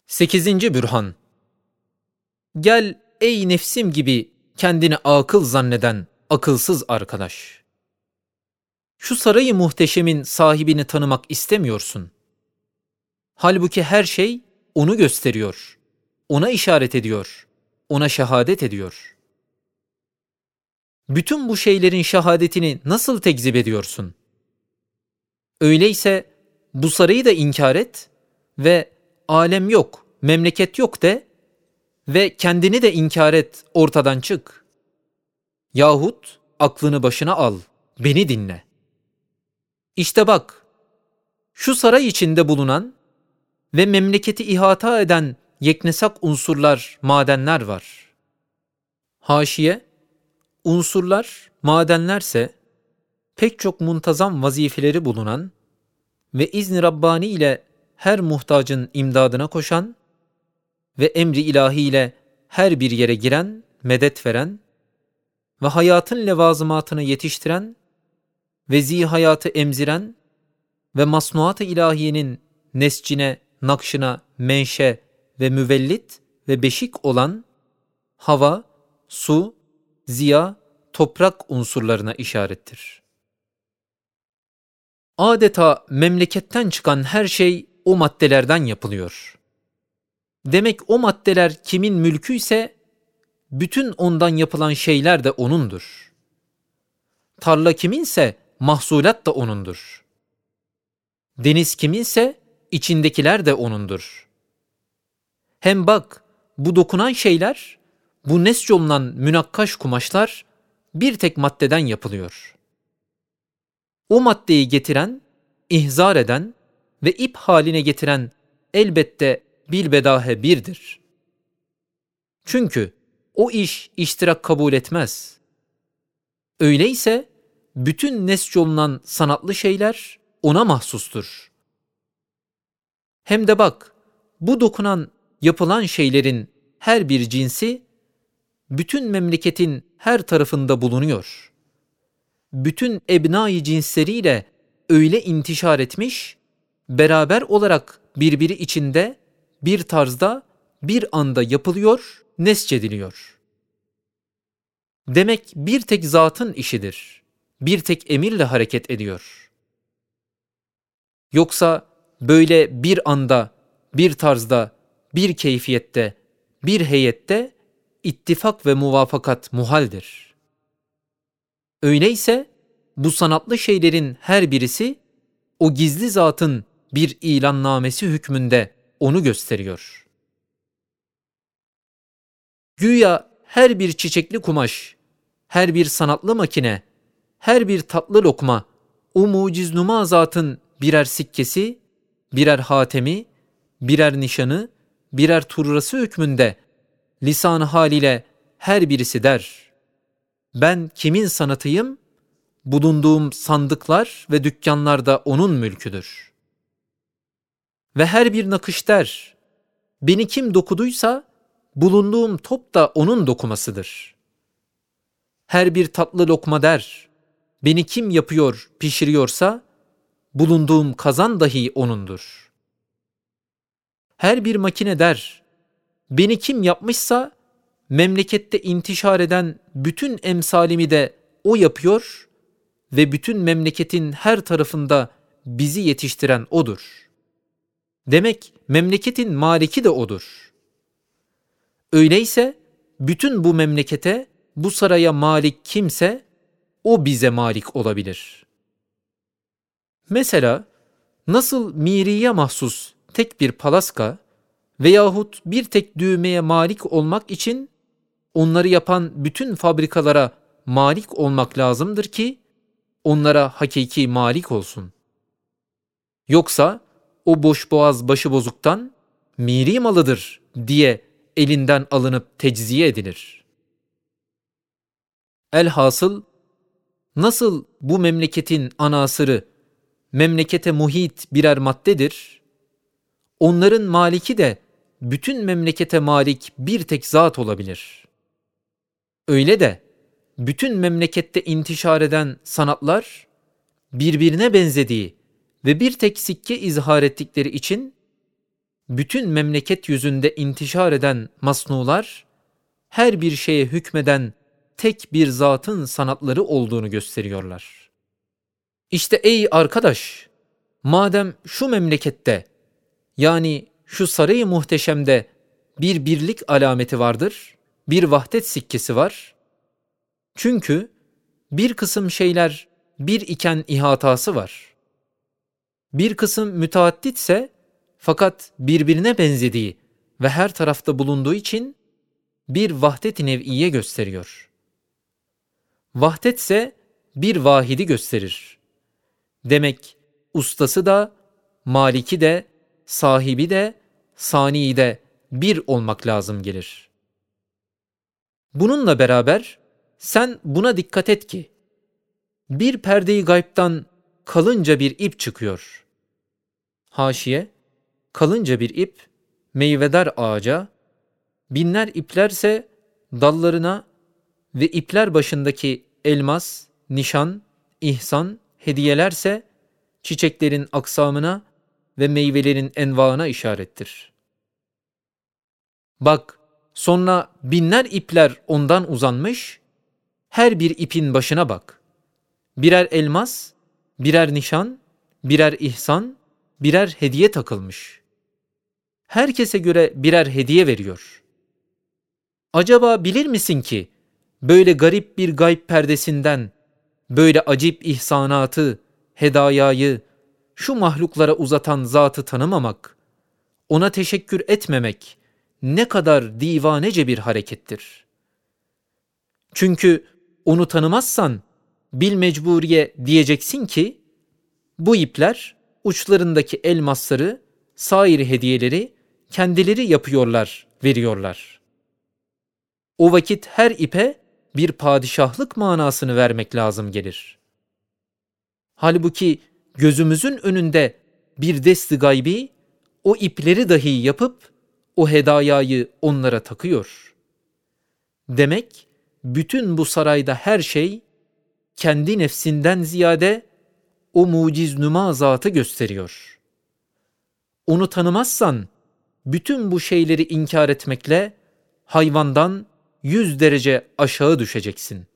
Sekizinci Bürhan. Gel ey nefsim gibi kendini akıl zanneden akılsız arkadaş. Şu sarayı muhteşemin sahibini tanımak istemiyorsun. Halbuki her şey onu gösteriyor, ona işaret ediyor, ona şehadet ediyor. Bütün bu şeylerin şehadetini nasıl tekzip ediyorsun? Öyleyse bu sarayı da inkar et ve alem yok, memleket yok de ve kendini de inkar et, ortadan çık. Yahut aklını başına al, beni dinle. İşte bak, şu saray içinde bulunan ve memleketi ihata eden yeknesak unsurlar, madenler var. Haşiye, unsurlar, madenlerse pek çok muntazam vazifeleri bulunan ve izni Rabbani ile her muhtacın imdadına koşan ve emri ilahi ile her bir yere giren, medet veren ve hayatın levazımatını yetiştiren ve zihayatı emziren ve masnuat-ı ilahiyenin nescine, nakşına, menşe ve müvellit ve beşik olan hava, su, ziya, toprak unsurlarına işarettir. Adeta memleketten çıkan her şey o maddelerden yapılıyor. Demek o maddeler kimin mülkü ise bütün ondan yapılan şeyler de O'nundur. Tarla kiminse mahsulat da O'nundur. Deniz kiminse içindekiler de O'nundur. Hem bak, bu dokunan şeyler, bu nesc olunan münakkaş kumaşlar bir tek maddeden yapılıyor. O maddeyi getiren, ihzar eden ve ip haline getiren elbette bilbedahe birdir. Çünkü o iş iştirak kabul etmez. Öyleyse bütün nesc olunan sanatlı şeyler ona mahsustur. Hem de bak, bu dokunan, yapılan şeylerin her bir cinsi bütün memleketin her tarafında bulunuyor. Bütün ebnai cinsleriyle öyle intişar etmiş, beraber olarak birbiri içinde bir tarzda bir anda yapılıyor, nescediliyor. Demek bir tek zatın işidir. Bir tek emirle hareket ediyor. Yoksa böyle bir anda, bir tarzda, bir keyfiyette, bir heyette ittifak ve muvafakat muhaldir. Öyleyse bu sanatlı şeylerin her birisi o gizli zatın bir ilannamesi hükmünde onu gösteriyor. Güya her bir çiçekli kumaş, her bir sanatlı makine, her bir tatlı lokma, o muciznuma zatın birer sikkesi, birer hatemi, birer nişanı, birer turrası hükmünde lisan-ı haliyle her birisi der: ben kimin sanatıyım? Bulunduğum sandıklar ve dükkanlarda onun mülküdür. Ve her bir nakış der: beni kim dokuduysa bulunduğum top da onun dokumasıdır. Her bir tatlı lokma der: beni kim yapıyor, pişiriyorsa bulunduğum kazan dahi onundur. Her bir makine der: beni kim yapmışsa memlekette intişar eden bütün emsalimi de o yapıyor ve bütün memleketin her tarafında bizi yetiştiren odur. Demek memleketin maliki de odur. Öyleyse bütün bu memlekete, bu saraya malik kimse o bize malik olabilir. Mesela nasıl miriye mahsus tek bir palaska veyahut bir tek düğmeye malik olmak için onları yapan bütün fabrikalara malik olmak lazımdır ki onlara hakiki malik olsun. Yoksa o boşboğaz başıbozuktan miri malıdır diye elinden alınıp tecziye edilir. Elhasıl nasıl bu memleketin anasırı memlekete muhit birer maddedir, onların maliki de bütün memlekete malik bir tek zat olabilir. Öyle de bütün memlekette intişar eden sanatlar birbirine benzediği ve bir tek sikke izhar ettikleri için bütün memleket yüzünde intişar eden masnular, her bir şeye hükmeden tek bir zatın sanatları olduğunu gösteriyorlar. İşte ey arkadaş, madem şu memlekette, yani şu sarayı muhteşemde bir birlik alameti vardır, bir vahdet sikkesi var. Çünkü bir kısım şeyler bir iken ihatası var. Bir kısım müteadditse fakat birbirine benzediği ve her tarafta bulunduğu için bir vahdet-i nev'iye gösteriyor. Vahdetse bir vahidi gösterir. Demek ustası da, maliki de, sahibi de, saniyi de bir olmak lazım gelir. Bununla beraber sen buna dikkat et ki, bir perde-i gaybtan kalınca bir ip çıkıyor. Haşiye, kalınca bir ip, meyvedar ağaca, binler iplerse dallarına ve ipler başındaki elmas, nişan, ihsan, hediyelerse çiçeklerin aksamına ve meyvelerin envaına işarettir. Bak, sonra binler ipler ondan uzanmış, her bir ipin başına bak. Birer elmas, birer nişan, birer ihsan, birer hediye takılmış. Herkese göre birer hediye veriyor. Acaba bilir misin ki, böyle garip bir gayb perdesinden, böyle acip ihsanatı, hedayayı, şu mahluklara uzatan zatı tanımamak, ona teşekkür etmemek ne kadar divanece bir harekettir. Çünkü onu tanımazsan, bil mecburiye diyeceksin ki, bu ipler uçlarındaki elmasları, sair hediyeleri kendileri yapıyorlar, veriyorlar. O vakit her ipe bir padişahlık manasını vermek lazım gelir. Halbuki gözümüzün önünde bir dest-i gaybi o ipleri dahi yapıp o hedayayı onlara takıyor. Demek bütün bu sarayda her şey kendi nefsinden ziyade o muciz nüma zatı gösteriyor. Onu tanımazsan bütün bu şeyleri inkar etmekle hayvandan 100 derece aşağı düşeceksin.